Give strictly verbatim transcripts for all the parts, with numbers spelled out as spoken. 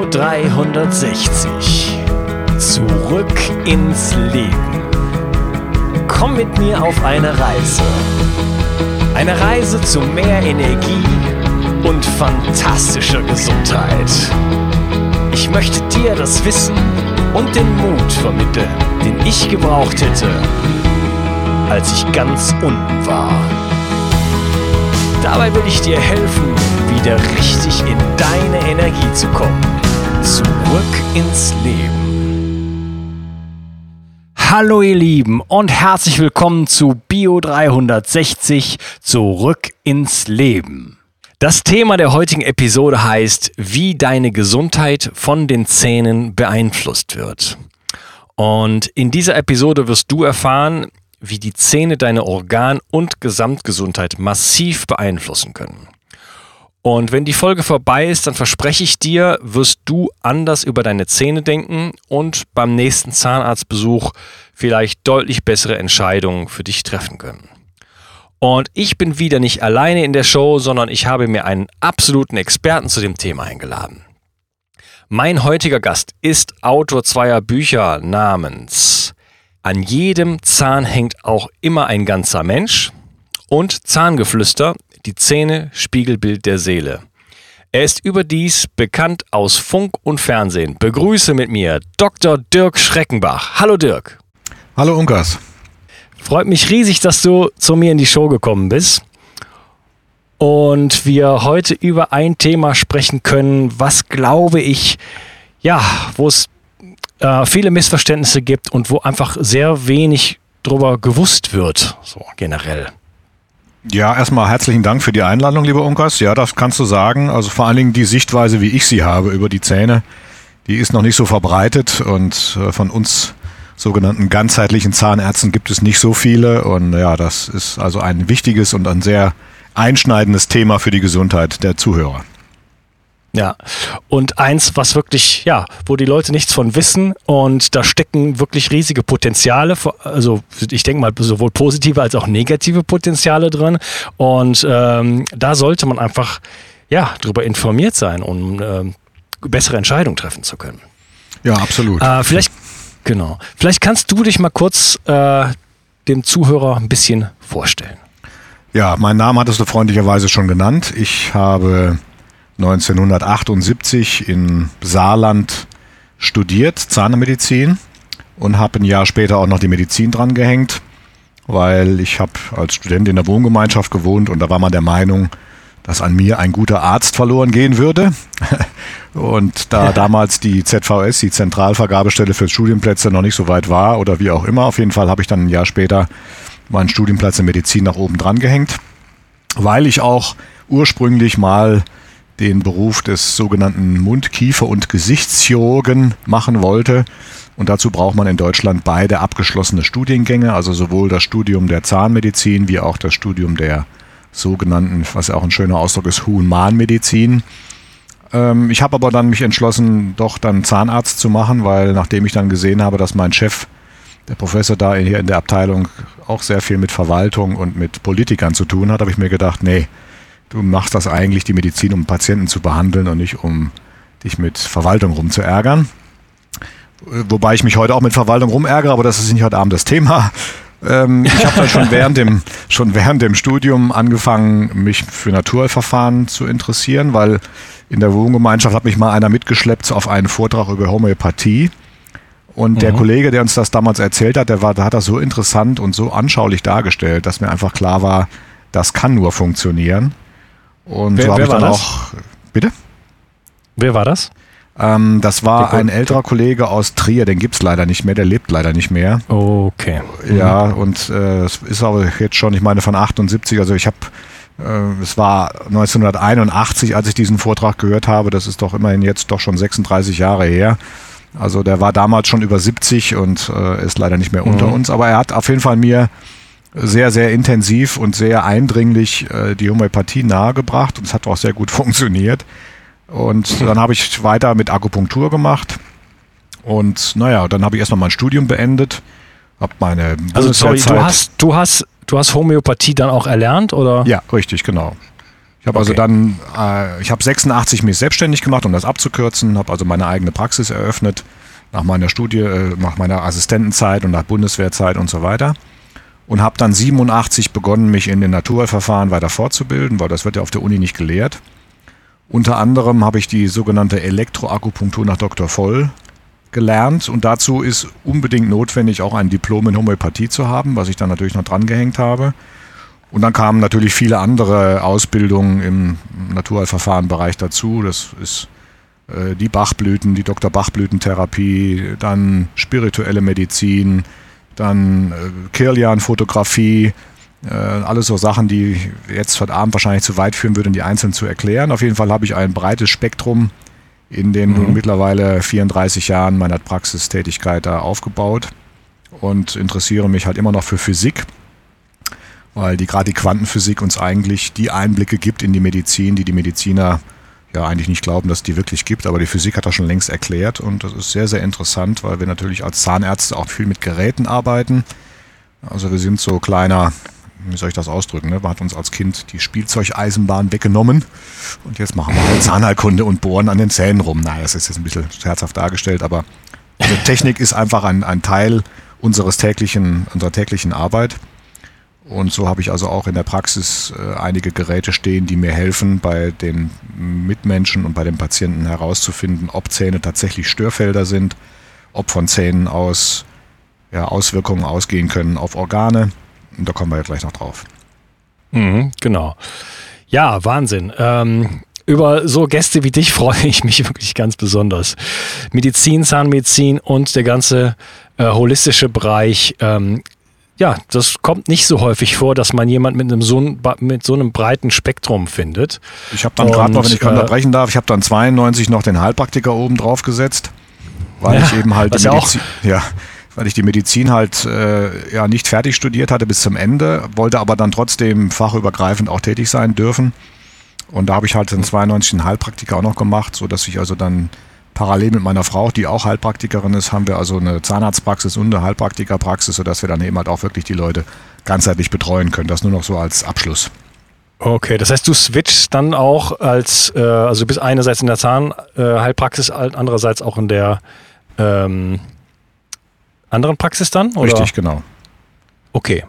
dreihundertsechzig. Zurück ins Leben. Komm mit mir auf eine Reise. Eine Reise zu mehr Energie und fantastischer Gesundheit. Ich möchte dir das Wissen und den Mut vermitteln, den ich gebraucht hätte, als ich ganz unten war. Dabei will ich dir helfen, wieder richtig in deine Energie zu kommen. Zurück ins Leben. Hallo ihr Lieben und herzlich willkommen zu Bio dreihundertsechzig, Zurück ins Leben. Das Thema der heutigen Episode heißt, wie deine Gesundheit von den Zähnen beeinflusst wird. Und in dieser Episode wirst du erfahren, wie die Zähne deine Organ- und Gesamtgesundheit massiv beeinflussen können. Und wenn die Folge vorbei ist, dann verspreche ich dir, wirst du anders über deine Zähne denken und beim nächsten Zahnarztbesuch vielleicht deutlich bessere Entscheidungen für dich treffen können. Und ich bin wieder nicht alleine in der Show, sondern ich habe mir einen absoluten Experten zu dem Thema eingeladen. Mein heutiger Gast ist Autor zweier Bücher namens An jedem Zahn hängt auch immer ein ganzer Mensch und Zahngeflüster, die Zähne, Spiegelbild der Seele. Er ist überdies bekannt aus Funk und Fernsehen. Begrüße mit mir Doktor Dirk Schreckenbach. Hallo Dirk. Hallo Unkas. Freut mich riesig, dass du zu mir in die Show gekommen bist und wir heute über ein Thema sprechen können, was, glaube ich, ja, wo es äh, viele Missverständnisse gibt und wo einfach sehr wenig drüber gewusst wird, so generell. Ja, erstmal herzlichen Dank für die Einladung, lieber Unkas. Ja, das kannst du sagen. Also vor allen Dingen die Sichtweise, wie ich sie habe über die Zähne, die ist noch nicht so verbreitet und äh, von uns sogenannten ganzheitlichen Zahnärzten gibt es nicht so viele und ja, das ist also ein wichtiges und ein sehr einschneidendes Thema für die Gesundheit der Zuhörer. Ja, und eins, was wirklich, ja, wo die Leute nichts von wissen und da stecken wirklich riesige Potenziale, also ich denke mal sowohl positive als auch negative Potenziale drin und ähm, da sollte man einfach, ja, darüber informiert sein, um ähm, bessere Entscheidungen treffen zu können. Ja, absolut. Äh, vielleicht Genau. Vielleicht kannst du dich mal kurz äh, dem Zuhörer ein bisschen vorstellen. Ja, meinen Namen hattest du freundlicherweise schon genannt. Ich habe neunzehnhundertachtundsiebzig in Saarland studiert, Zahnmedizin, und habe ein Jahr später auch noch die Medizin dran gehängt, weil ich habe als Student in der Wohngemeinschaft gewohnt und da war man der Meinung, dass an mir ein guter Arzt verloren gehen würde. Und da damals die Z V S, die Zentralvergabestelle für Studienplätze, noch nicht so weit war oder wie auch immer, auf jeden Fall habe ich dann ein Jahr später meinen Studienplatz in Medizin nach oben dran gehängt, weil ich auch ursprünglich mal den Beruf des sogenannten Mund-, Kiefer- und Gesichtschirurgen machen wollte. Und dazu braucht man in Deutschland beide abgeschlossene Studiengänge, also sowohl das Studium der Zahnmedizin wie auch das Studium der sogenannten, was ja auch ein schöner Ausdruck ist, Humanmedizin. Ähm, ich habe aber dann mich entschlossen, doch dann Zahnarzt zu machen, weil nachdem ich dann gesehen habe, dass mein Chef, der Professor da hier in der Abteilung, auch sehr viel mit Verwaltung und mit Politikern zu tun hat, habe ich mir gedacht, nee, du machst das eigentlich, die Medizin, um Patienten zu behandeln und nicht um dich mit Verwaltung rumzuärgern. Wobei ich mich heute auch mit Verwaltung rumärgere, aber das ist nicht heute Abend das Thema. Ähm, ich habe dann schon während dem, schon während dem Studium angefangen, mich für Naturheilverfahren zu interessieren, weil in der Wohngemeinschaft hat mich mal einer mitgeschleppt auf einen Vortrag über Homöopathie. Und mhm. der Kollege, der uns das damals erzählt hat, der, war, der hat das so interessant und so anschaulich dargestellt, dass mir einfach klar war, das kann nur funktionieren. Und wer, so habe ich dann das? auch... Bitte? Wer war das? Ähm, das war ein älterer Kollege aus Trier, den gibt es leider nicht mehr, der lebt leider nicht mehr. Okay. Ja, und äh, es ist aber jetzt schon, ich meine von achtundsiebzig, also ich habe, äh, es war neunzehnhunderteinundachtzig, als ich diesen Vortrag gehört habe, das ist doch immerhin jetzt doch schon sechsunddreißig Jahre her. Also der war damals schon über siebzig und äh, ist leider nicht mehr unter mhm. uns, aber er hat auf jeden Fall mir sehr, sehr intensiv und sehr eindringlich äh, die Homöopathie nahegebracht und es hat auch sehr gut funktioniert. Und dann habe ich weiter mit Akupunktur gemacht und naja, dann habe ich erstmal mein Studium beendet, habe meine Also sorry, du hast, du hast, du hast Homöopathie dann auch erlernt, oder? Ja, richtig, genau. Ich habe also dann, äh, ich habe sechsundachtzig mich selbstständig gemacht, um das abzukürzen, habe also meine eigene Praxis eröffnet, nach meiner Studie, äh, nach meiner Assistentenzeit und nach Bundeswehrzeit und so weiter. Und habe dann siebenundachtzig begonnen, mich in den Naturheilverfahren weiter fortzubilden, weil das wird ja auf der Uni nicht gelehrt. Unter anderem habe ich die sogenannte Elektroakupunktur nach Doktor Voll gelernt und dazu ist unbedingt notwendig, auch ein Diplom in Homöopathie zu haben, was ich dann natürlich noch dran gehängt habe. Und dann kamen natürlich viele andere Ausbildungen im Naturheilverfahrenbereich dazu. Das ist äh, die Bachblüten, die Doktor Bachblütentherapie, dann spirituelle Medizin, dann äh, Kirlian-Fotografie, äh, alles so Sachen, die jetzt heute Abend wahrscheinlich zu weit führen würden, die einzeln zu erklären. Auf jeden Fall habe ich ein breites Spektrum in den mhm. mittlerweile vierunddreißig Jahren meiner Praxistätigkeit da aufgebaut und interessiere mich halt immer noch für Physik, weil die gerade die Quantenphysik uns eigentlich die Einblicke gibt in die Medizin, die die Mediziner ja eigentlich nicht glauben, dass es die wirklich gibt, aber die Physik hat das schon längst erklärt und das ist sehr, sehr interessant, weil wir natürlich als Zahnärzte auch viel mit Geräten arbeiten. Also wir sind so kleiner, wie soll ich das ausdrücken, ne? Man hat uns als Kind die Spielzeugeisenbahn weggenommen und jetzt machen wir halt Zahnheilkunde und bohren an den Zähnen rum. Naja, das ist jetzt ein bisschen scherzhaft dargestellt, aber also Technik ist einfach ein, ein Teil unseres täglichen, unserer täglichen Arbeit. Und so habe ich also auch in der Praxis äh, einige Geräte stehen, die mir helfen, bei den Mitmenschen und bei den Patienten herauszufinden, ob Zähne tatsächlich Störfelder sind, ob von Zähnen aus ja, Auswirkungen ausgehen können auf Organe. Und da kommen wir ja gleich noch drauf. Mhm, genau. Ja, Wahnsinn. Ähm, über so Gäste wie dich freue ich mich wirklich ganz besonders. Medizin, Zahnmedizin und der ganze äh, holistische Bereich. Ähm, Ja, das kommt nicht so häufig vor, dass man jemand mit einem so, mit so einem breiten Spektrum findet. Ich habe dann gerade noch, wenn ich gerade unterbrechen darf, ich habe dann zweiundneunzig noch den Heilpraktiker oben drauf gesetzt, weil ja, ich eben halt die Medizin, ja, weil ich die Medizin halt äh, ja nicht fertig studiert hatte bis zum Ende, wollte aber dann trotzdem fachübergreifend auch tätig sein dürfen. Und da habe ich halt den zweiundneunzig den Heilpraktiker auch noch gemacht, sodass ich also dann parallel mit meiner Frau, die auch Heilpraktikerin ist, haben wir also eine Zahnarztpraxis und eine Heilpraktikerpraxis, sodass wir dann eben halt auch wirklich die Leute ganzheitlich betreuen können. Das nur noch so als Abschluss. Okay, das heißt, du switchst dann auch als, äh, also du bist einerseits in der Zahnheilpraxis, andererseits auch in der ähm, anderen Praxis dann? Oder? Richtig, genau. Okay.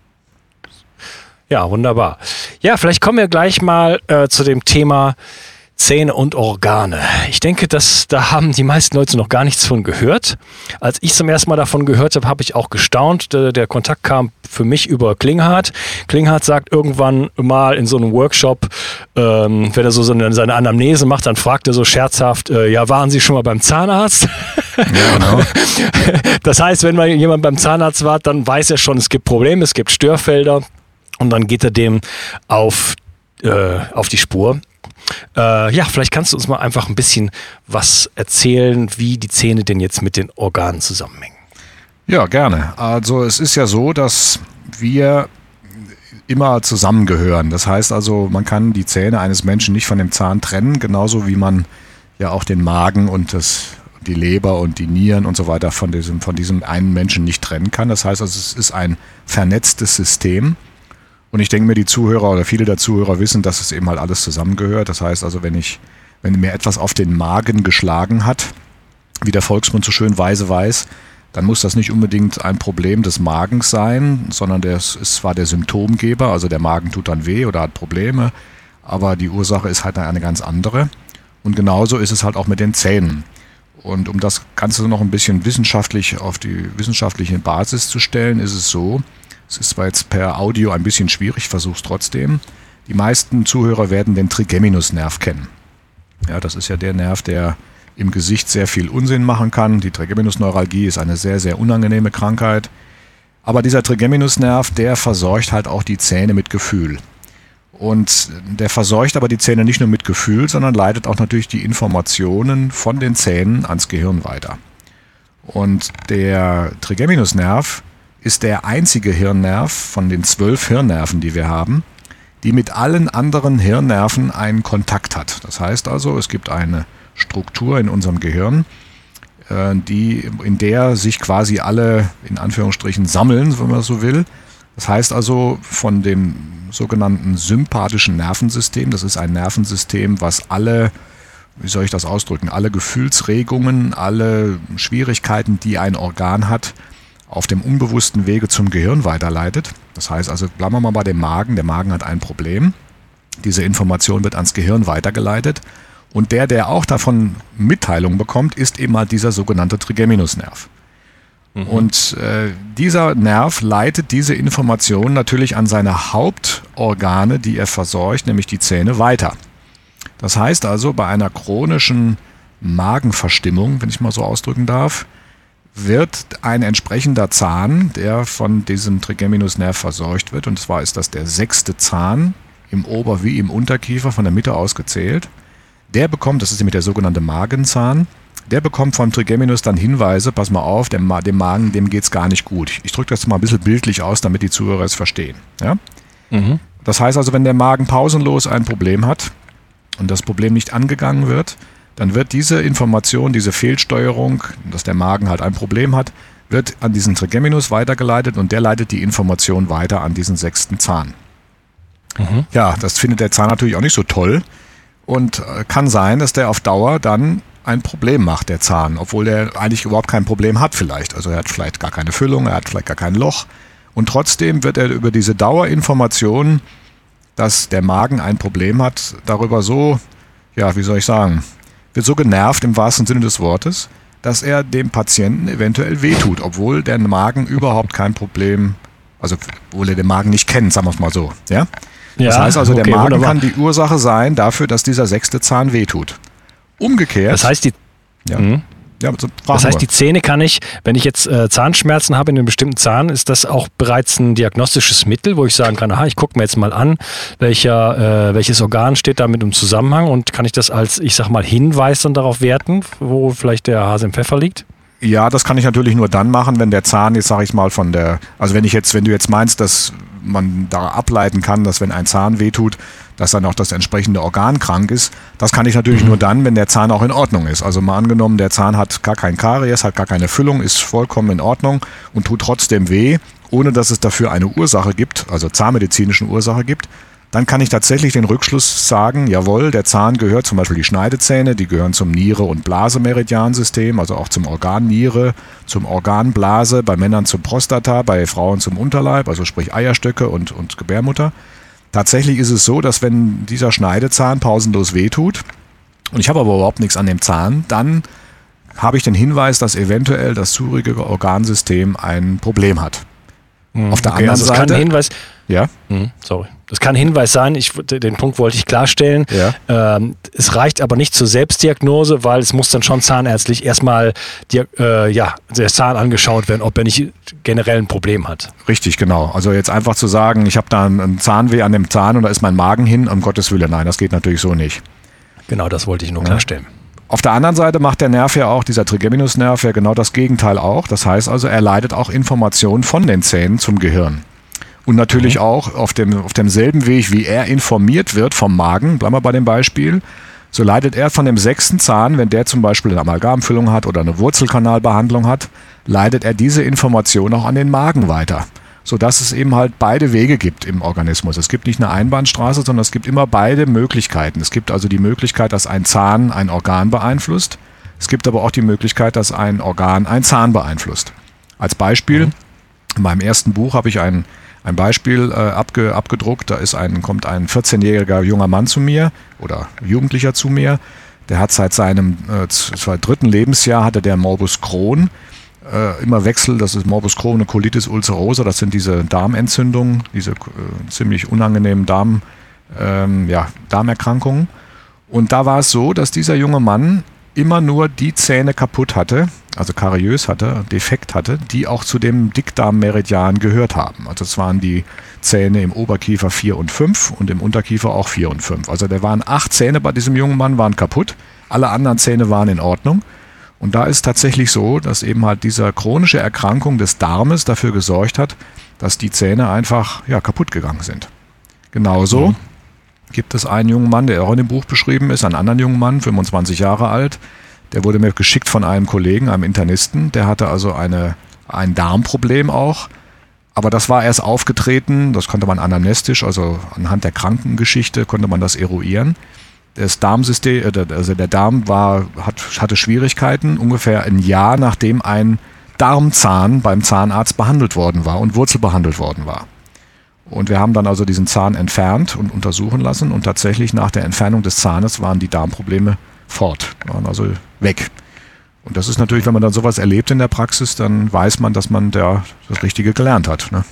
Ja, wunderbar. Ja, vielleicht kommen wir gleich mal äh, zu dem Thema Zähne und Organe. Ich denke, dass da haben die meisten Leute noch gar nichts von gehört. Als ich zum ersten Mal davon gehört habe, habe ich auch gestaunt. Der, der Kontakt kam für mich über Klinghardt. Klinghardt sagt irgendwann mal in so einem Workshop, ähm, wenn er so seine, seine Anamnese macht, dann fragt er so scherzhaft, äh, ja, waren Sie schon mal beim Zahnarzt? Ja, genau. Das heißt, wenn mal jemand beim Zahnarzt war, dann weiß er schon, es gibt Probleme, es gibt Störfelder und dann geht er dem auf, äh, auf die Spur. Äh, ja, vielleicht kannst du uns mal einfach ein bisschen was erzählen, wie die Zähne denn jetzt mit den Organen zusammenhängen. Ja, gerne. Also es ist ja so, dass wir immer zusammengehören. Das heißt also, man kann die Zähne eines Menschen nicht von dem Zahn trennen, genauso wie man ja auch den Magen und das, die Leber und die Nieren und so weiter von diesem, von diesem einen Menschen nicht trennen kann. Das heißt also, es ist ein vernetztes System. Und ich denke mir, die Zuhörer oder viele der Zuhörer wissen, dass es eben halt alles zusammengehört. Das heißt also, wenn ich, wenn mir etwas auf den Magen geschlagen hat, wie der Volksmund so schön weise weiß, dann muss das nicht unbedingt ein Problem des Magens sein, sondern das ist zwar der Symptomgeber, also der Magen tut dann weh oder hat Probleme, aber die Ursache ist halt eine ganz andere. Und genauso ist es halt auch mit den Zähnen. Und um das Ganze noch ein bisschen wissenschaftlich auf die wissenschaftliche Basis zu stellen, ist es so, es ist zwar jetzt per Audio ein bisschen schwierig, ich versuche es trotzdem. Die meisten Zuhörer werden den Trigeminusnerv kennen. Ja, das ist ja der Nerv, der im Gesicht sehr viel Unsinn machen kann. Die Trigeminusneuralgie ist eine sehr, sehr unangenehme Krankheit. Aber dieser Trigeminusnerv, der verseucht halt auch die Zähne mit Gefühl. Und der verseucht aber die Zähne nicht nur mit Gefühl, sondern leitet auch natürlich die Informationen von den Zähnen ans Gehirn weiter. Und der Trigeminusnerv ist der einzige Hirnnerv von den zwölf Hirnnerven, die wir haben, die mit allen anderen Hirnnerven einen Kontakt hat. Das heißt also, es gibt eine Struktur in unserem Gehirn, die, in der sich quasi alle, in Anführungsstrichen, sammeln, wenn man so will. Das heißt also, von dem sogenannten sympathischen Nervensystem, das ist ein Nervensystem, was alle, wie soll ich das ausdrücken, alle Gefühlsregungen, alle Schwierigkeiten, die ein Organ hat, auf dem unbewussten Wege zum Gehirn weiterleitet. Das heißt also, bleiben wir mal bei dem Magen. Der Magen hat ein Problem. Diese Information wird ans Gehirn weitergeleitet. Und der, der auch davon Mitteilung bekommt, ist eben halt dieser sogenannte Trigeminusnerv. Mhm. Und äh, dieser Nerv leitet diese Information natürlich an seine Hauptorgane, die er versorgt, nämlich die Zähne, weiter. Das heißt also, bei einer chronischen Magenverstimmung, wenn ich mal so ausdrücken darf, wird ein entsprechender Zahn, der von diesem Trigeminusnerv versorgt wird, und zwar ist das der sechste Zahn im Ober- wie im Unterkiefer von der Mitte aus gezählt, der bekommt, das ist nämlich der sogenannte Magenzahn, der bekommt vom Trigeminus dann Hinweise, pass mal auf, dem, dem Magen, dem geht es gar nicht gut. Ich, ich drücke das mal ein bisschen bildlich aus, damit die Zuhörer es verstehen. Ja? Mhm. Das heißt also, wenn der Magen pausenlos ein Problem hat und das Problem nicht angegangen wird, dann wird diese Information, diese Fehlsteuerung, dass der Magen halt ein Problem hat, wird an diesen Trigeminus weitergeleitet und der leitet die Information weiter an diesen sechsten Zahn. Mhm. Ja, das findet der Zahn natürlich auch nicht so toll. Und kann sein, dass der auf Dauer dann ein Problem macht, der Zahn, obwohl der eigentlich überhaupt kein Problem hat vielleicht. Also er hat vielleicht gar keine Füllung, er hat vielleicht gar kein Loch. Und trotzdem wird er über diese Dauerinformation, dass der Magen ein Problem hat, darüber so, ja, wie soll ich sagen, wird so genervt im wahrsten Sinne des Wortes, dass er dem Patienten eventuell wehtut, obwohl der Magen überhaupt kein Problem, also obwohl er den Magen nicht kennt, sagen wir es mal so, ja. Das ja, heißt also, der okay, Magen wunderbar. Kann die Ursache sein dafür, dass dieser sechste Zahn wehtut. Umgekehrt. Das heißt, die, ja. Mhm. Ja, so das heißt, die Zähne kann ich, wenn ich jetzt äh, Zahnschmerzen habe in einem bestimmten Zahn, ist das auch bereits ein diagnostisches Mittel, wo ich sagen kann, aha, ich gucke mir jetzt mal an, welcher, äh, welches Organ steht damit im Zusammenhang und kann ich das als, ich sag mal, Hinweis dann darauf werten, wo vielleicht der Hase im Pfeffer liegt? Ja, das kann ich natürlich nur dann machen, wenn der Zahn, jetzt sage ich mal von der, also wenn ich jetzt, wenn du jetzt meinst, dass man da ableiten kann, dass wenn ein Zahn wehtut, dass dann auch das entsprechende Organ krank ist. Das kann ich natürlich mhm. nur dann, wenn der Zahn auch in Ordnung ist. Also mal angenommen, der Zahn hat gar kein Karies, hat gar keine Füllung, ist vollkommen in Ordnung und tut trotzdem weh, ohne dass es dafür eine Ursache gibt, also zahnmedizinische Ursache gibt, dann kann ich tatsächlich den Rückschluss sagen, jawohl, der Zahn gehört, zum Beispiel die Schneidezähne, die gehören zum Niere- und Blasemeridiansystem, also auch zum Organ Niere, zum Organ Blase, bei Männern zum Prostata, bei Frauen zum Unterleib, also sprich Eierstöcke und, und Gebärmutter. Tatsächlich ist es so, dass wenn dieser Schneidezahn pausenlos wehtut und ich habe aber überhaupt nichts an dem Zahn, dann habe ich den Hinweis, dass eventuell das zurige Organsystem ein Problem hat. Mhm, Auf der okay, anderen also Seite... Kann ein Hinweis, ja? Mhm, sorry. Das kann ein Hinweis sein, ich, den Punkt wollte ich klarstellen. Ja. Ähm, es reicht aber nicht zur Selbstdiagnose, weil es muss dann schon zahnärztlich erstmal die, äh, ja, der Zahn angeschaut werden, ob er nicht generell ein Problem hat. Richtig, genau. Also jetzt einfach zu sagen, ich habe da einen Zahnweh an dem Zahn und da ist mein Magen hin, um Gottes Willen, nein, das geht natürlich so nicht. Genau, das wollte ich nur ja. klarstellen. Auf der anderen Seite macht der Nerv ja auch, dieser Trigeminusnerv, ja genau das Gegenteil auch. Das heißt also, er leitet auch Informationen von den Zähnen zum Gehirn. Und natürlich mhm. auch auf, dem, auf demselben Weg, wie er informiert wird vom Magen, bleiben wir bei dem Beispiel, so leitet er von dem sechsten Zahn, wenn der zum Beispiel eine Amalgamfüllung hat oder eine Wurzelkanalbehandlung hat, leitet er diese Information auch an den Magen weiter. Sodass es eben halt beide Wege gibt im Organismus. Es gibt nicht eine Einbahnstraße, sondern es gibt immer beide Möglichkeiten. Es gibt also die Möglichkeit, dass ein Zahn ein Organ beeinflusst. Es gibt aber auch die Möglichkeit, dass ein Organ einen Zahn beeinflusst. Als Beispiel, mhm. in meinem ersten Buch habe ich ein Ein Beispiel äh, abge, abgedruckt, da ist ein, kommt ein vierzehnjähriger junger Mann zu mir oder Jugendlicher zu mir, der hat seit seinem äh, zwei, dritten Lebensjahr hatte der Morbus Crohn, äh, immer Wechsel, das ist Morbus Crohn und Colitis ulcerosa, das sind diese Darmentzündungen, diese äh, ziemlich unangenehmen Darm, ähm, ja, Darmerkrankungen. Und da war es so, dass dieser junge Mann immer nur die Zähne kaputt hatte, also kariös hatte, defekt hatte, die auch zu dem Dickdarmmeridian gehört haben. Also es waren die Zähne im Oberkiefer vier und fünf und im Unterkiefer auch vier und fünf. Also da waren acht Zähne bei diesem jungen Mann, waren kaputt. Alle anderen Zähne waren in Ordnung. Und da ist tatsächlich so, dass eben halt diese chronische Erkrankung des Darmes dafür gesorgt hat, dass die Zähne einfach ja, kaputt gegangen sind. Genauso mhm. gibt es einen jungen Mann, der auch in dem Buch beschrieben ist, einen anderen jungen Mann, fünfundzwanzig Jahre alt, der wurde mir geschickt von einem Kollegen, einem Internisten, der hatte also eine, ein Darmproblem auch Aber das war erst aufgetreten, das konnte man anamnestisch, also anhand der Krankengeschichte konnte man das eruieren. Das Darmsystem, also der Darm war, hat, hatte Schwierigkeiten, ungefähr ein Jahr nachdem ein Darmzahn beim Zahnarzt behandelt worden war und wurzelbehandelt worden war. Und wir haben dann also diesen Zahn entfernt und untersuchen lassen und tatsächlich nach der Entfernung des Zahnes waren die Darmprobleme fort, waren also weg. Und das ist natürlich, wenn man dann sowas erlebt in der Praxis, dann weiß man, dass man da das Richtige gelernt hat. Ne?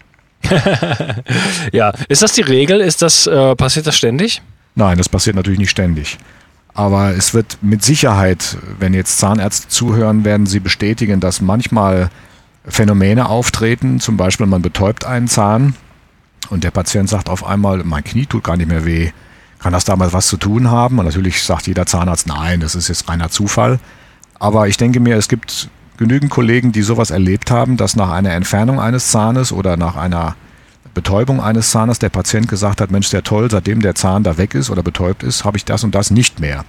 Ja, ist das die Regel? Ist das, äh, passiert das ständig? Nein, das passiert natürlich nicht ständig. Aber es wird mit Sicherheit, wenn jetzt Zahnärzte zuhören, werden sie bestätigen, dass manchmal Phänomene auftreten. Zum Beispiel, man betäubt einen Zahn und der Patient sagt auf einmal, mein Knie tut gar nicht mehr weh. Kann das damals was zu tun haben? Und natürlich sagt jeder Zahnarzt, nein, das ist jetzt reiner Zufall. Aber ich denke mir, es gibt genügend Kollegen, die sowas erlebt haben, dass nach einer Entfernung eines Zahnes oder nach einer Betäubung eines Zahnes der Patient gesagt hat, Mensch, der toll, seitdem der Zahn da weg ist oder betäubt ist, habe ich das und das nicht mehr.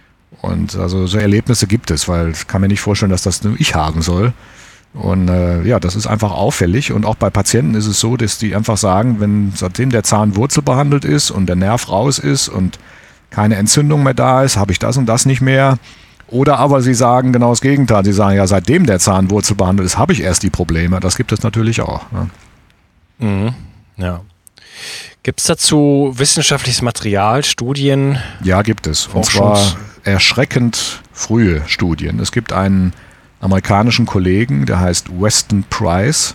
Und also so Erlebnisse gibt es, weil ich kann mir nicht vorstellen, dass das nur ich haben soll. Und äh, ja, das ist einfach auffällig. Und auch bei Patienten ist es so, dass die einfach sagen, wenn seitdem der Zahn wurzelbehandelt ist und der Nerv raus ist und keine Entzündung mehr da ist, habe ich das und das nicht mehr. Oder aber sie sagen genau das Gegenteil. Sie sagen, ja, seitdem der Zahn wurzelbehandelt ist, habe ich erst die Probleme. Das gibt es natürlich auch. Ne? Mhm. Ja. Gibt es dazu wissenschaftliches Material, Studien? Ja, gibt es. Und zwar erschreckend frühe Studien. Es gibt einen amerikanischen Kollegen, der heißt Weston Price.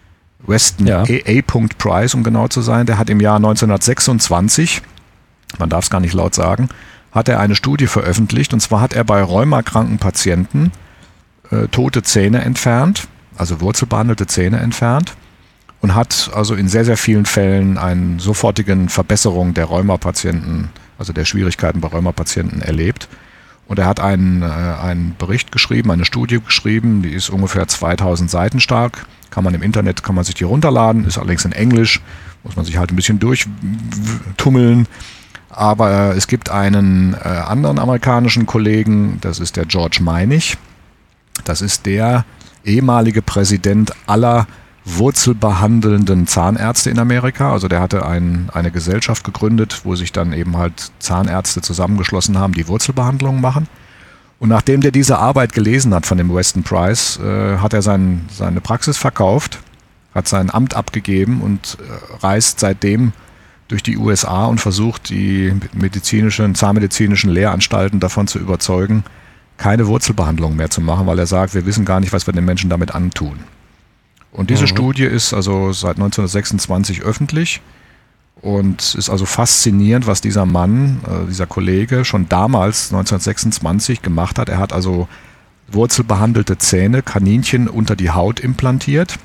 Weston ja. A. Price, um genau zu sein. Der hat im Jahr neunzehnhundertsechsundzwanzig, man darf es gar nicht laut sagen, hat er eine Studie veröffentlicht. Und zwar hat er bei rheumakranken Patienten äh, tote Zähne entfernt, also wurzelbehandelte Zähne entfernt. Und hat also in sehr, sehr vielen Fällen eine sofortige Verbesserung der Rheumapatienten, also der Schwierigkeiten bei Rheumapatienten erlebt. Und er hat einen, äh, einen Bericht geschrieben, eine Studie geschrieben, die ist ungefähr zweitausend Seiten stark. Kann man im Internet, kann man sich die runterladen, ist allerdings in Englisch, muss man sich halt ein bisschen durchtummeln. Aber äh, es gibt einen äh, anderen amerikanischen Kollegen, das ist der George Meinig. Das ist der ehemalige Präsident aller wurzelbehandelnden Zahnärzte in Amerika. Also der hatte ein, eine Gesellschaft gegründet, wo sich dann eben halt Zahnärzte zusammengeschlossen haben, die Wurzelbehandlungen machen. Und nachdem der diese Arbeit gelesen hat von dem Weston Price, äh, hat er sein, seine Praxis verkauft, hat sein Amt abgegeben und äh, reist seitdem durch die U S A und versucht, die medizinischen, zahnmedizinischen Lehranstalten davon zu überzeugen, keine Wurzelbehandlung mehr zu machen, weil er sagt, wir wissen gar nicht, was wir den Menschen damit antun. Und diese mhm. Studie ist also seit neunzehnhundertsechsundzwanzig öffentlich und ist also faszinierend, was dieser Mann, äh, dieser Kollege schon damals neunzehnhundertsechsundzwanzig gemacht hat. Er hat also wurzelbehandelte Zähne, Kaninchen unter die Haut implantiert.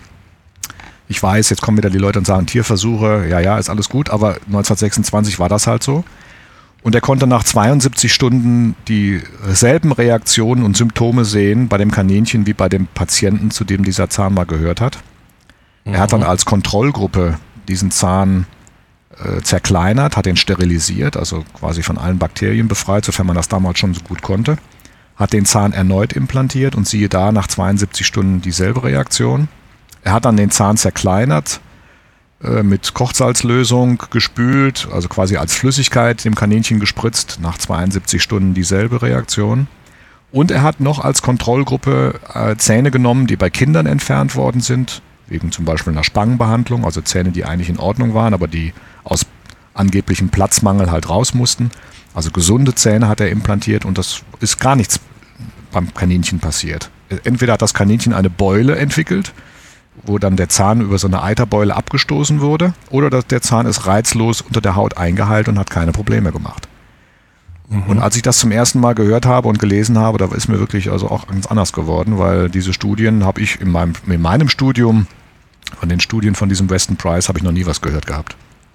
Ich weiß, jetzt kommen wieder die Leute und sagen, Tierversuche, ja, ja, ist alles gut, aber neunzehnhundertsechsundzwanzig war das halt so. Und er konnte nach zweiundsiebzig Stunden dieselben Reaktionen und Symptome sehen bei dem Kaninchen wie bei dem Patienten, zu dem dieser Zahn mal gehört hat. Mhm. Er hat dann als Kontrollgruppe diesen Zahn äh, zerkleinert, hat ihn sterilisiert, also quasi von allen Bakterien befreit, sofern man das damals schon so gut konnte. Hat den Zahn erneut implantiert und siehe da, nach zweiundsiebzig Stunden dieselbe Reaktion. Er hat dann den Zahn zerkleinert, mit Kochsalzlösung gespült, also quasi als Flüssigkeit dem Kaninchen gespritzt, nach zweiundsiebzig Stunden dieselbe Reaktion. Und er hat noch als Kontrollgruppe äh, Zähne genommen, die bei Kindern entfernt worden sind, wegen zum Beispiel einer Spangenbehandlung, also Zähne, die eigentlich in Ordnung waren, aber die aus angeblichem Platzmangel halt raus mussten. Also gesunde Zähne hat er implantiert und das ist gar nichts beim Kaninchen passiert. Entweder hat das Kaninchen eine Beule entwickelt, wo dann der Zahn über so eine Eiterbeule abgestoßen wurde, oder dass der Zahn ist reizlos unter der Haut eingeheilt und hat keine Probleme gemacht. Mhm. Und als ich das zum ersten Mal gehört habe und gelesen habe, da ist mir wirklich also auch ganz anders geworden, weil diese Studien habe ich in meinem, in meinem Studium, von den Studien von diesem Weston Price, habe ich noch nie was gehört gehabt.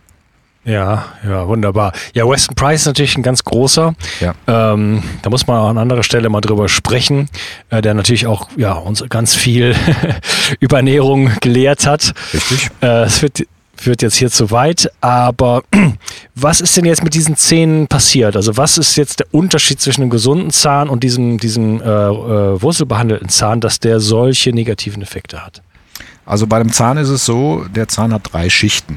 Ja, ja, wunderbar. Ja, Weston Price ist natürlich ein ganz großer. Ja. Ähm, da muss man auch an anderer Stelle mal drüber sprechen, äh, der natürlich auch ja, uns ganz viel über Ernährung gelehrt hat. Richtig. Äh, es wird, führt jetzt hier zu weit, aber was ist denn jetzt mit diesen Zähnen passiert? Also was ist jetzt der Unterschied zwischen einem gesunden Zahn und diesem, diesem äh, äh, wurzelbehandelten Zahn, dass der solche negativen Effekte hat? Also bei dem Zahn ist es so, der Zahn hat drei Schichten.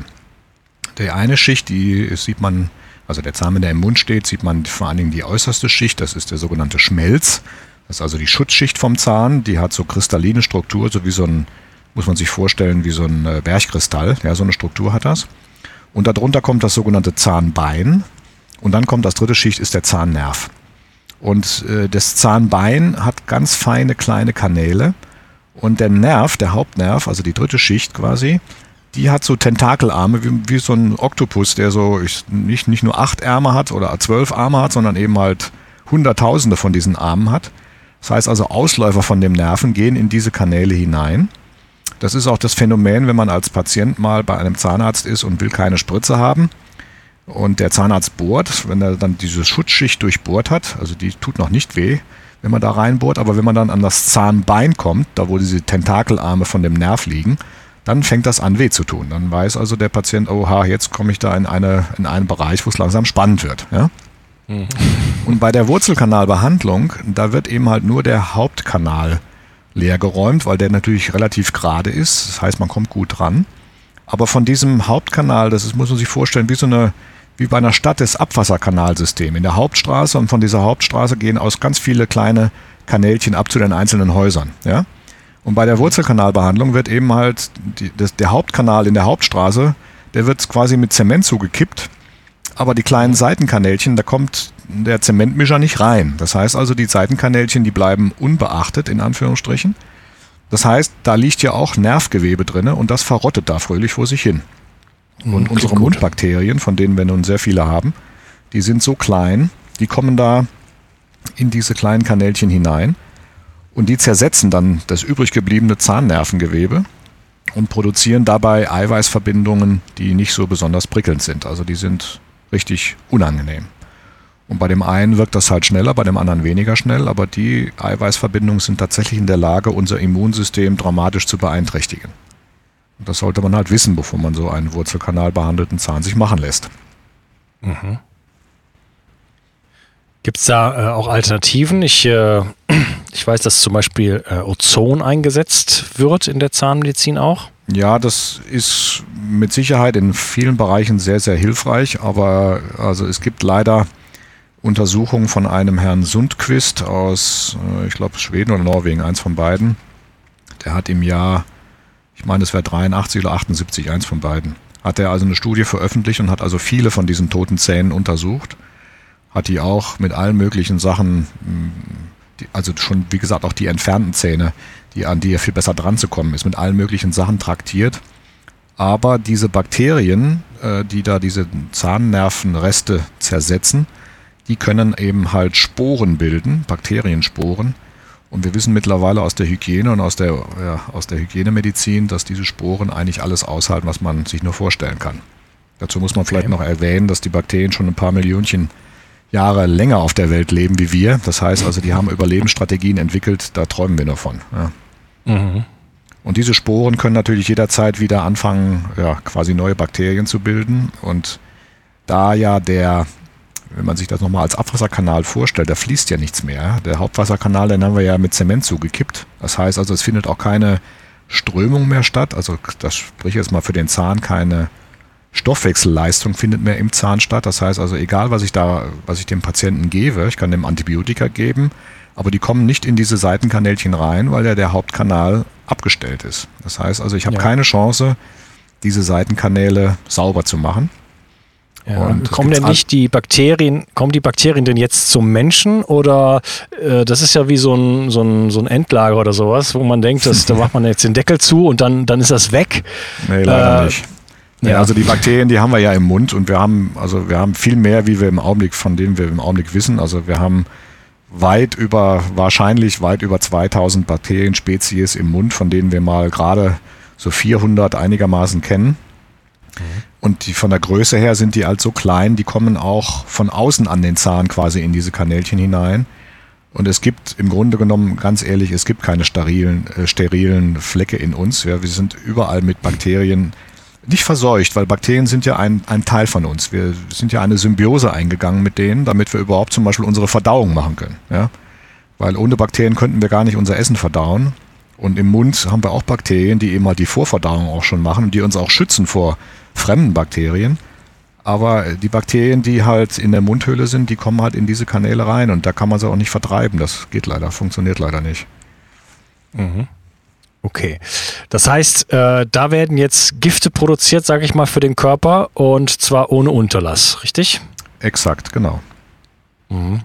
Die eine Schicht, die sieht man, also der Zahn, wenn der im Mund steht, sieht man vor allen Dingen die äußerste Schicht, das ist der sogenannte Schmelz. Das ist also die Schutzschicht vom Zahn, die hat so kristalline Struktur, so wie so ein, muss man sich vorstellen, wie so ein Bergkristall, ja, so eine Struktur hat das. Und darunter kommt das sogenannte Zahnbein und dann kommt als dritte Schicht ist der Zahnnerv. Und äh, das Zahnbein hat ganz feine kleine Kanäle und der Nerv, der Hauptnerv, also die dritte Schicht quasi, die hat so Tentakelarme, wie, wie so ein Oktopus, der so ich, nicht, nicht nur acht Arme hat oder zwölf Arme hat, sondern eben halt Hunderttausende von diesen Armen hat. Das heißt also, Ausläufer von dem Nerven gehen in diese Kanäle hinein. Das ist auch das Phänomen, wenn man als Patient mal bei einem Zahnarzt ist und will keine Spritze haben und der Zahnarzt bohrt, wenn er dann diese Schutzschicht durchbohrt hat, also die tut noch nicht weh, wenn man da reinbohrt, aber wenn man dann an das Zahnbein kommt, da wo diese Tentakelarme von dem Nerv liegen, dann fängt das an weh zu tun. Dann weiß also der Patient, oha, jetzt komme ich da in, eine, in einen Bereich, wo es langsam spannend wird. Ja? Mhm. Und bei der Wurzelkanalbehandlung, da wird eben halt nur der Hauptkanal leer geräumt, weil der natürlich relativ gerade ist. Das heißt, man kommt gut dran. Aber von diesem Hauptkanal, das ist, muss man sich vorstellen, wie so eine, wie bei einer Stadt das Abwasserkanalsystem. In der Hauptstraße und von dieser Hauptstraße gehen aus ganz viele kleine Kanälchen ab zu den einzelnen Häusern. Ja? Und bei der Wurzelkanalbehandlung wird eben halt die, das, der Hauptkanal in der Hauptstraße, der wird quasi mit Zement zugekippt. Aber die kleinen Seitenkanälchen, da kommt der Zementmischer nicht rein. Das heißt also, die Seitenkanälchen, die bleiben unbeachtet, in Anführungsstrichen. Das heißt, da liegt ja auch Nervgewebe drin und das verrottet da fröhlich vor sich hin. Und mhm, unsere Mundbakterien, von denen wir nun sehr viele haben, die sind so klein, die kommen da in diese kleinen Kanälchen hinein und die zersetzen dann das übrig gebliebene Zahnnervengewebe und produzieren dabei Eiweißverbindungen, die nicht so besonders prickelnd sind. Also die sind richtig unangenehm. Und bei dem einen wirkt das halt schneller, bei dem anderen weniger schnell, aber die Eiweißverbindungen sind tatsächlich in der Lage, unser Immunsystem dramatisch zu beeinträchtigen. Und das sollte man halt wissen, bevor man so einen wurzelkanalbehandelten Zahn sich machen lässt. Mhm. Gibt es da äh, auch Alternativen? Ich, äh, ich weiß, dass zum Beispiel äh, Ozon eingesetzt wird in der Zahnmedizin auch. Ja, das ist mit Sicherheit in vielen Bereichen sehr, sehr hilfreich, aber also es gibt leider Untersuchungen von einem Herrn Sundqvist aus, ich glaube, Schweden oder Norwegen, eins von beiden. Der hat im Jahr, ich meine, es wäre dreiundachtzig oder achtundsiebzig, eins von beiden, hat er also eine Studie veröffentlicht und hat also viele von diesen toten Zähnen untersucht. Hat die auch mit allen möglichen Sachen, also schon, wie gesagt, auch die entfernten Zähne, die an die ja viel besser dran zu kommen ist, mit allen möglichen Sachen traktiert. Aber diese Bakterien, die da diese Zahnnervenreste zersetzen, die können eben halt Sporen bilden, Bakteriensporen. Und wir wissen mittlerweile aus der Hygiene und aus der, ja, aus der Hygienemedizin, dass diese Sporen eigentlich alles aushalten, was man sich nur vorstellen kann. Dazu muss man okay. vielleicht noch erwähnen, dass die Bakterien schon ein paar Millionchen Jahre länger auf der Welt leben wie wir. Das heißt also, die haben Überlebensstrategien entwickelt, da träumen wir nur von. Ja. Mhm. Und diese Sporen können natürlich jederzeit wieder anfangen, ja, quasi neue Bakterien zu bilden. Und da ja der, wenn man sich das nochmal als Abwasserkanal vorstellt, da fließt ja nichts mehr. Der Hauptwasserkanal, den haben wir ja mit Zement zugekippt. Das heißt also, es findet auch keine Strömung mehr statt. Also das spricht jetzt mal für den Zahn, keine Stoffwechselleistung findet mehr im Zahn statt. Das heißt also, egal was ich da, was ich dem Patienten gebe, ich kann dem Antibiotika geben, aber die kommen nicht in diese Seitenkanälchen rein, weil ja der Hauptkanal abgestellt ist. Das heißt also, ich habe ja. keine Chance, diese Seitenkanäle sauber zu machen. Ja, und kommen denn nicht die Bakterien, kommen die Bakterien denn jetzt zum Menschen oder äh, das ist ja wie so ein, so, ein, so ein Endlager oder sowas, wo man denkt, dass, da macht man jetzt den Deckel zu und dann, dann ist das weg? Nee, leider äh, nicht. Ja. Ja, also die Bakterien, die haben wir ja im Mund und wir haben, also wir haben viel mehr, wie wir im Augenblick, von denen wir im Augenblick wissen. Also wir haben weit über, wahrscheinlich weit über zweitausend Bakterienspezies im Mund, von denen wir mal gerade so vierhundert einigermaßen kennen. Mhm. Und die von der Größe her sind die halt so klein, die kommen auch von außen an den Zahn quasi in diese Kanälchen hinein. Und es gibt im Grunde genommen, ganz ehrlich, es gibt keine sterilen, äh, sterilen Flecke in uns. Ja, wir sind überall mit Bakterien nicht verseucht, weil Bakterien sind ja ein, ein Teil von uns. Wir sind ja eine Symbiose eingegangen mit denen, damit wir überhaupt zum Beispiel unsere Verdauung machen können. Ja? Weil ohne Bakterien könnten wir gar nicht unser Essen verdauen. Und im Mund haben wir auch Bakterien, die eben halt die Vorverdauung auch schon machen und die uns auch schützen vor fremden Bakterien. Aber die Bakterien, die halt in der Mundhöhle sind, die kommen halt in diese Kanäle rein und da kann man sie auch nicht vertreiben. Das geht leider, funktioniert leider nicht. Mhm. Okay. Das heißt, äh, da werden jetzt Gifte produziert, sage ich mal, für den Körper und zwar ohne Unterlass, richtig? Exakt, genau. Mhm.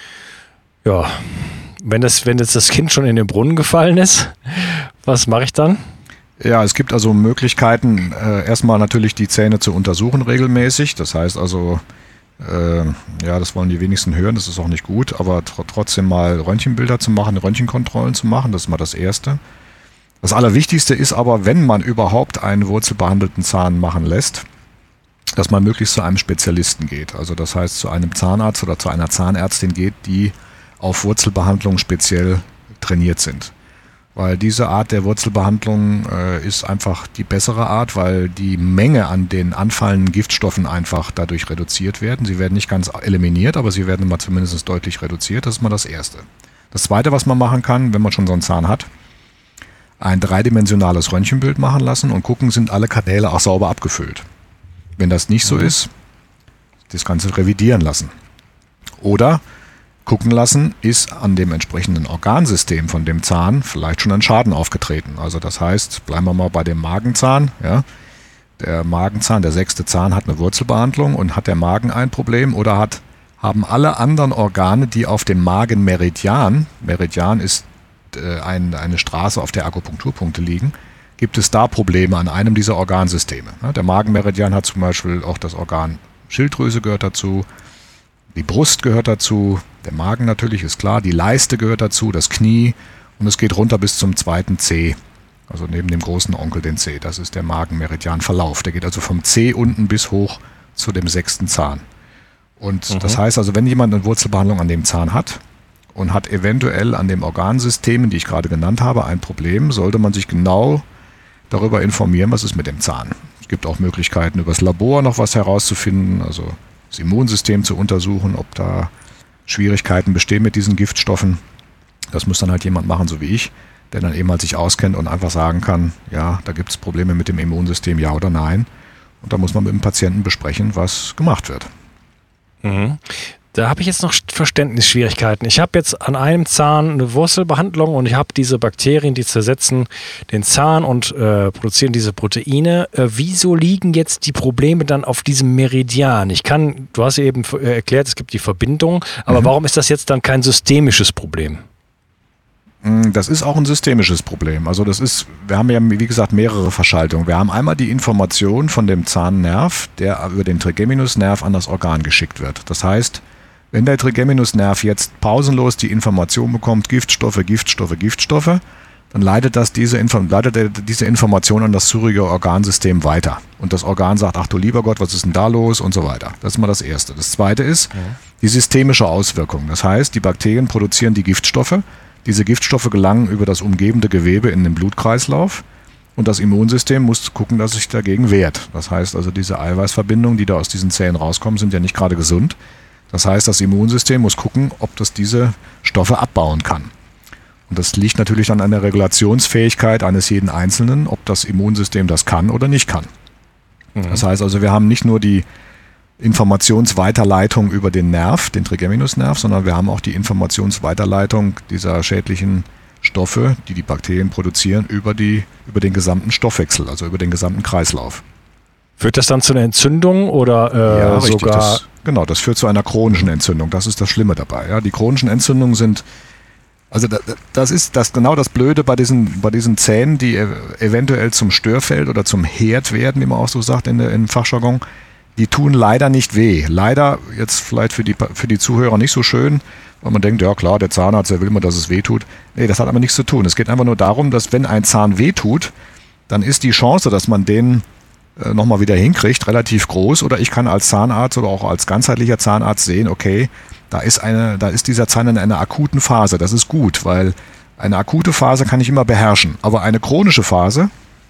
Ja, wenn das, wenn jetzt das Kind schon in den Brunnen gefallen ist, was mache ich dann? Ja, es gibt also Möglichkeiten, äh, erstmal natürlich die Zähne zu untersuchen regelmäßig. Das heißt also, äh, ja, das wollen die wenigsten hören, das ist auch nicht gut, aber tr- trotzdem mal Röntgenbilder zu machen, Röntgenkontrollen zu machen, das ist mal das Erste. Das Allerwichtigste ist aber, wenn man überhaupt einen wurzelbehandelten Zahn machen lässt, dass man möglichst zu einem Spezialisten geht. Also das heißt, zu einem Zahnarzt oder zu einer Zahnärztin geht, die auf Wurzelbehandlung speziell trainiert sind. Weil diese Art der Wurzelbehandlung äh, ist einfach die bessere Art, weil die Menge an den anfallenden Giftstoffen einfach dadurch reduziert werden. Sie werden nicht ganz eliminiert, aber sie werden mal zumindest deutlich reduziert. Das ist mal das Erste. Das Zweite, was man machen kann, wenn man schon so einen Zahn hat, ein dreidimensionales Röntgenbild machen lassen und gucken, sind alle Kanäle auch sauber abgefüllt. Wenn das nicht so ist, das Ganze revidieren lassen. Oder gucken lassen, ist an dem entsprechenden Organsystem von dem Zahn vielleicht schon ein Schaden aufgetreten. Also das heißt, bleiben wir mal bei dem Magenzahn. Ja. Der Magenzahn, der sechste Zahn, hat eine Wurzelbehandlung und hat der Magen ein Problem oder hat, haben alle anderen Organe, die auf dem Magenmeridian, Meridian ist äh, ein, eine Straße, auf der Akupunkturpunkte liegen, gibt es da Probleme an einem dieser Organsysteme. Ja, der Magenmeridian hat zum Beispiel auch das Organ Schilddrüse gehört dazu, die Brust gehört dazu, der Magen natürlich ist klar, die Leiste gehört dazu, das Knie und es geht runter bis zum zweiten Zeh, also neben dem großen Onkel den Zeh. Das ist der Magenmeridianverlauf. Der geht also vom Zeh unten bis hoch zu dem sechsten Zahn. Und mhm. das heißt also, wenn jemand eine Wurzelbehandlung an dem Zahn hat und hat eventuell an dem Organsystem, die ich gerade genannt habe, ein Problem, sollte man sich genau darüber informieren, was ist mit dem Zahn. Es gibt auch Möglichkeiten, übers Labor noch was herauszufinden, also das Immunsystem zu untersuchen, ob da Schwierigkeiten bestehen mit diesen Giftstoffen. Das muss dann halt jemand machen, so wie ich, der dann eben halt sich auskennt und einfach sagen kann, ja, da gibt es Probleme mit dem Immunsystem, ja oder nein. Und da muss man mit dem Patienten besprechen, was gemacht wird. Mhm. Da habe ich jetzt noch Verständnisschwierigkeiten. Ich habe jetzt an einem Zahn eine Wurzelbehandlung und ich habe diese Bakterien, die zersetzen den Zahn und äh, produzieren diese Proteine. Äh, wieso liegen jetzt die Probleme dann auf diesem Meridian? Ich kann, du hast ja eben äh, erklärt, es gibt die Verbindung, aber mhm. warum ist das jetzt dann kein systemisches Problem? Das ist auch ein systemisches Problem. Also das ist, wir haben ja wie gesagt mehrere Verschaltungen. Wir haben einmal die Information von dem Zahnnerv, der über den Trigeminusnerv an das Organ geschickt wird. Das heißt, wenn der Trigeminusnerv jetzt pausenlos die Information bekommt, Giftstoffe, Giftstoffe, Giftstoffe, dann leitet, das diese, leitet er diese Information an das zurige Organsystem weiter. Und das Organ sagt, ach du lieber Gott, was ist denn da los und so weiter. Das ist mal das Erste. Das Zweite ist ja. die systemische Auswirkung. Das heißt, die Bakterien produzieren die Giftstoffe. Diese Giftstoffe gelangen über das umgebende Gewebe in den Blutkreislauf. Und das Immunsystem muss gucken, dass es sich dagegen wehrt. Das heißt also, diese Eiweißverbindungen, die da aus diesen Zellen rauskommen, sind ja nicht gerade gesund. Das heißt, das Immunsystem muss gucken, ob das diese Stoffe abbauen kann. Und das liegt natürlich dann an der Regulationsfähigkeit eines jeden Einzelnen, ob das Immunsystem das kann oder nicht kann. Mhm. Das heißt also, wir haben nicht nur die Informationsweiterleitung über den Nerv, den Trigeminusnerv, sondern wir haben auch die Informationsweiterleitung dieser schädlichen Stoffe, die die Bakterien produzieren, über, die, über den gesamten Stoffwechsel, also über den gesamten Kreislauf. Führt das dann zu einer Entzündung oder äh, ja, richtig, sogar... Das, genau, das führt zu einer chronischen Entzündung. Das ist das Schlimme dabei. Ja. Die chronischen Entzündungen sind, also das, das ist das genau das Blöde bei diesen, bei diesen Zähnen, die eventuell zum Störfeld oder zum Herd werden, wie man auch so sagt in der, im Fachjargon. Die tun leider nicht weh. Leider jetzt vielleicht für die, für die Zuhörer nicht so schön, weil man denkt, ja klar, der Zahnarzt, der will immer, dass es weh tut. Nee, das hat aber nichts zu tun. Es geht einfach nur darum, dass wenn ein Zahn weh tut, dann ist die Chance, dass man den äh, nochmal wieder hinkriegt, relativ groß. Oder ich kann als Zahnarzt oder auch als ganzheitlicher Zahnarzt sehen, okay, da ist, eine, da ist dieser Zahn in einer akuten Phase. Das ist gut, weil eine akute Phase kann ich immer beherrschen. Aber eine chronische Phase,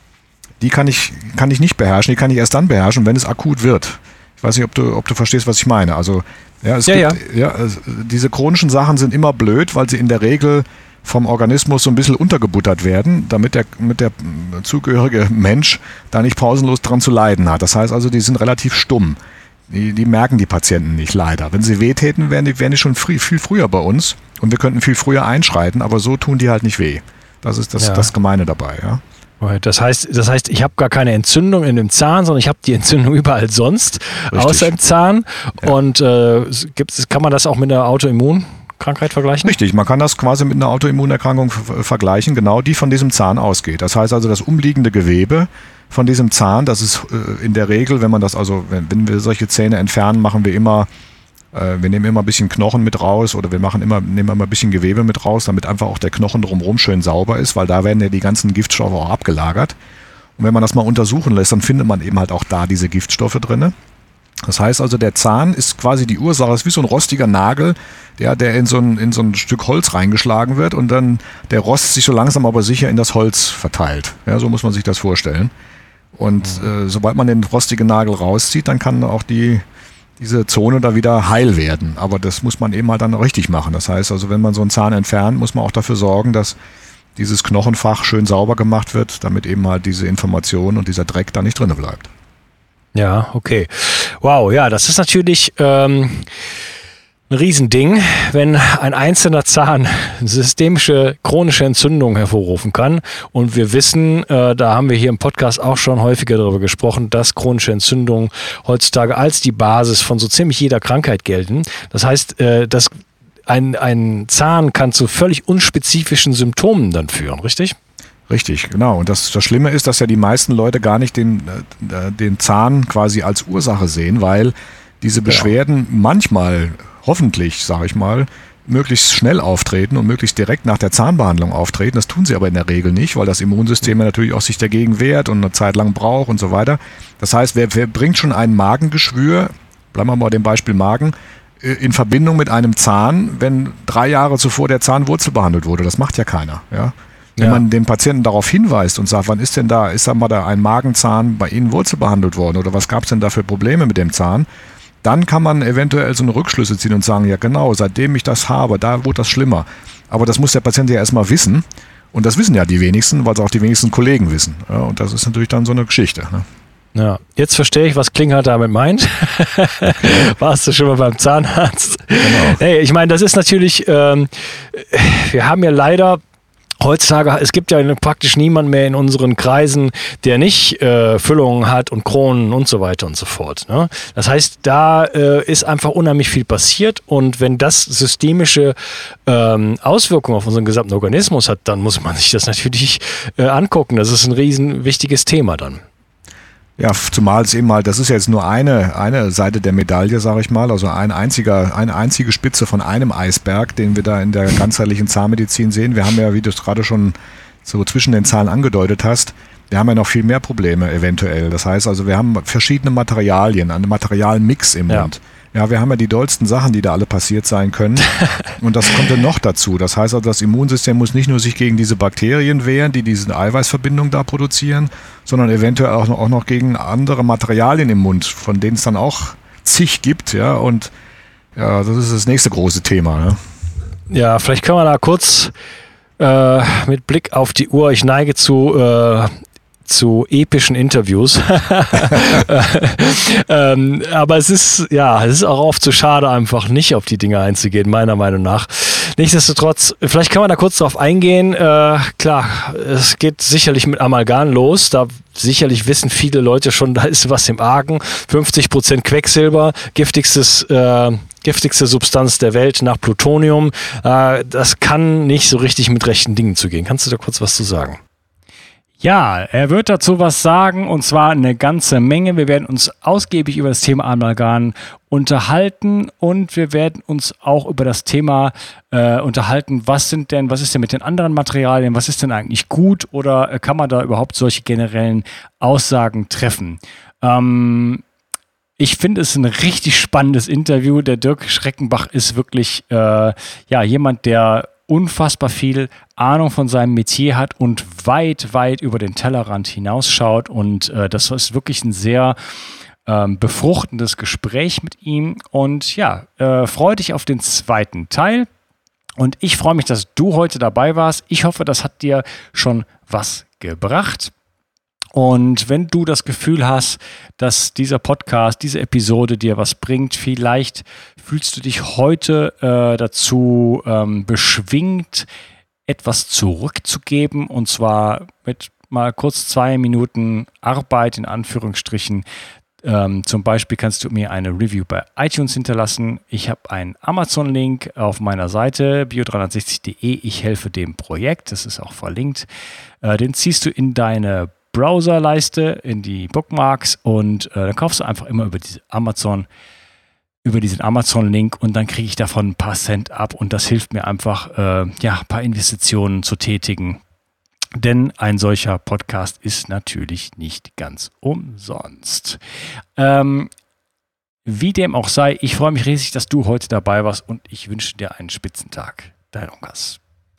die kann ich, kann ich nicht beherrschen, die kann ich erst dann beherrschen, wenn es akut wird. Ich weiß nicht, ob du, ob du verstehst, was ich meine. Also, ja, es ja, gibt, ja. Ja, diese chronischen Sachen sind immer blöd, weil sie in der Regel vom Organismus so ein bisschen untergebuttert werden, damit der, mit der zugehörige Mensch da nicht pausenlos dran zu leiden hat. Das heißt also, die sind relativ stumm. Die, die merken die Patienten nicht, leider. Wenn sie weh täten, wären die, wären die schon früh, viel früher bei uns und wir könnten viel früher einschreiten, aber so tun die halt nicht weh. Das ist das, ja. das Gemeine dabei, ja. Das heißt, das heißt, ich habe gar keine Entzündung in dem Zahn, sondern ich habe die Entzündung überall sonst, Richtig. außer im Zahn. Ja. Und äh, gibt's, kann man das auch mit einer Autoimmunkrankheit vergleichen? Richtig, man kann das quasi mit einer Autoimmunerkrankung v- vergleichen, genau die von diesem Zahn ausgeht. Das heißt also, das umliegende Gewebe von diesem Zahn, das ist äh, in der Regel, wenn man das also, wenn, wenn wir solche Zähne entfernen, machen wir immer Wir nehmen immer ein bisschen Knochen mit raus oder wir machen immer, nehmen immer ein bisschen Gewebe mit raus, damit einfach auch der Knochen drumherum schön sauber ist, weil da werden ja die ganzen Giftstoffe auch abgelagert. Und wenn man das mal untersuchen lässt, dann findet man eben halt auch da diese Giftstoffe drin. Das heißt also, der Zahn ist quasi die Ursache, ist wie so ein rostiger Nagel, der, der in so ein, in so ein Stück Holz reingeschlagen wird und dann der Rost sich so langsam aber sicher in das Holz verteilt. Ja, so muss man sich das vorstellen. Und äh, sobald man den rostigen Nagel rauszieht, dann kann auch die diese Zone da wieder heil werden. Aber das muss man eben halt dann richtig machen. Das heißt also, wenn man so einen Zahn entfernt, muss man auch dafür sorgen, dass dieses Knochenfach schön sauber gemacht wird, damit eben halt diese Information und dieser Dreck da nicht drin bleibt. Ja, okay. Wow, ja, das ist natürlich ähm, ein Riesending, wenn ein einzelner Zahn systemische chronische Entzündung hervorrufen kann. Und wir wissen, äh, da haben wir hier im Podcast auch schon häufiger darüber gesprochen, dass chronische Entzündungen heutzutage als die Basis von so ziemlich jeder Krankheit gelten. Das heißt, äh, dass ein, ein Zahn kann zu völlig unspezifischen Symptomen dann führen, richtig? Richtig, genau. Und das, das Schlimme ist, dass ja die meisten Leute gar nicht den, äh, den Zahn quasi als Ursache sehen, weil diese Beschwerden ja. manchmal hoffentlich, sage ich mal, möglichst schnell auftreten und möglichst direkt nach der Zahnbehandlung auftreten. Das tun sie aber in der Regel nicht, weil das Immunsystem natürlich auch sich dagegen wehrt und eine Zeit lang braucht und so weiter. Das heißt, wer, wer bringt schon ein Magengeschwür, bleiben wir mal bei dem Beispiel Magen, in Verbindung mit einem Zahn, wenn drei Jahre zuvor der Zahnwurzel behandelt wurde? Das macht ja keiner. Ja? Wenn ja. man den Patienten darauf hinweist und sagt, wann ist denn da, ist da mal da ein Magenzahn bei Ihnen wurzelbehandelt worden oder was gab es denn da für Probleme mit dem Zahn? Dann kann man eventuell so eine Rückschlüsse ziehen und sagen, ja genau, seitdem ich das habe, da wurde das schlimmer. Aber das muss der Patient ja erstmal wissen. Und das wissen ja die wenigsten, weil es auch die wenigsten Kollegen wissen. Ja, und das ist natürlich dann so eine Geschichte. Ne? Ja, jetzt verstehe ich, was Klinghardt damit meint. Okay. Warst du schon mal beim Zahnarzt? Genau. Hey, ich meine, das ist natürlich, ähm, wir haben ja leider heutzutage, es gibt ja praktisch niemand mehr in unseren Kreisen, der nicht äh, Füllungen hat und Kronen und so weiter und so fort. Ne? Das heißt, da äh, ist einfach unheimlich viel passiert und wenn das systemische ähm, Auswirkungen auf unseren gesamten Organismus hat, dann muss man sich das natürlich äh, angucken. Das ist ein riesen wichtiges Thema dann. Ja, zumal es eben halt, das ist jetzt nur eine, eine Seite der Medaille, sage ich mal, also ein einziger, eine einzige Spitze von einem Eisberg, den wir da in der ganzheitlichen Zahnmedizin sehen. Wir haben ja, wie du es gerade schon so zwischen den Zahlen angedeutet hast, wir haben ja noch viel mehr Probleme eventuell. Das heißt also, wir haben verschiedene Materialien, einen Materialmix im Mund. Ja. Ja, wir haben ja die dollsten Sachen, die da alle passiert sein können. Und das kommt dann noch dazu. Das heißt also, das Immunsystem muss nicht nur sich gegen diese Bakterien wehren, die diese Eiweißverbindung da produzieren, sondern eventuell auch noch, auch noch gegen andere Materialien im Mund, von denen es dann auch zig gibt. Ja, und ja, das ist das nächste große Thema. Ne? Ja, vielleicht können wir da kurz äh, mit Blick auf die Uhr, ich neige zu... Äh zu epischen Interviews. ähm, aber es ist, ja, es ist auch oft zu schade, einfach nicht auf die Dinge einzugehen, meiner Meinung nach. Nichtsdestotrotz, vielleicht kann man da kurz drauf eingehen. Äh, klar, es geht sicherlich mit Amalgam los. Da sicherlich wissen viele Leute schon, da ist was im Argen. fünfzig Prozent Quecksilber, giftigstes, äh, giftigste Substanz der Welt nach Plutonium. Äh, das kann nicht so richtig mit rechten Dingen zugehen. Kannst du da kurz was zu sagen? Ja, er wird dazu was sagen und zwar eine ganze Menge. Wir werden uns ausgiebig über das Thema Amalgam unterhalten und wir werden uns auch über das Thema äh, unterhalten, was sind denn, was ist denn mit den anderen Materialien, was ist denn eigentlich gut oder kann man da überhaupt solche generellen Aussagen treffen? Ähm, Ich finde es ein richtig spannendes Interview. Der Dirk Schreckenbach ist wirklich äh, ja, jemand, der unfassbar viel Ahnung von seinem Metier hat und weit, weit über den Tellerrand hinausschaut. Und äh, das ist wirklich ein sehr ähm, befruchtendes Gespräch mit ihm. Und ja, äh, freu dich auf den zweiten Teil. Und ich freue mich, dass du heute dabei warst. Ich hoffe, das hat dir schon was gebracht. Und wenn du das Gefühl hast, dass dieser Podcast, diese Episode dir was bringt, vielleicht fühlst du dich heute äh, dazu ähm, beschwingt, etwas zurückzugeben, und zwar mit mal kurz zwei Minuten Arbeit in Anführungsstrichen. Ähm, zum Beispiel kannst du mir eine Review bei iTunes hinterlassen. Ich habe einen Amazon-Link auf meiner Seite bio dreihundertsechzig punkt de. Ich helfe dem Projekt, das ist auch verlinkt. Äh, den ziehst du in deine Browserleiste, in die Bookmarks, und äh, dann kaufst du einfach immer über diese Amazon, über diesen Amazon-Link, und dann kriege ich davon ein paar Cent ab, und das hilft mir einfach, äh, ja, ein paar Investitionen zu tätigen. Denn ein solcher Podcast ist natürlich nicht ganz umsonst. Ähm, wie dem auch sei, ich freue mich riesig, dass du heute dabei warst, und ich wünsche dir einen Spitzentag. Dein Unkas.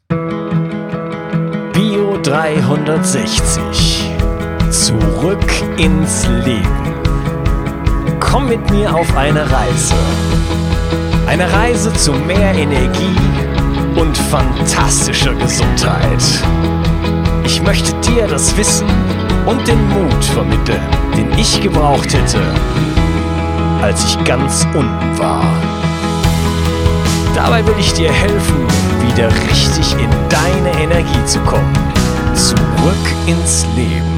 Bio dreihundertsechzig. Zurück ins Leben. Komm mit mir auf eine Reise. Eine Reise zu mehr Energie und fantastischer Gesundheit. Ich möchte dir das Wissen und den Mut vermitteln, den ich gebraucht hätte, als ich ganz unten war. Dabei will ich dir helfen, wieder richtig in deine Energie zu kommen. Zurück ins Leben.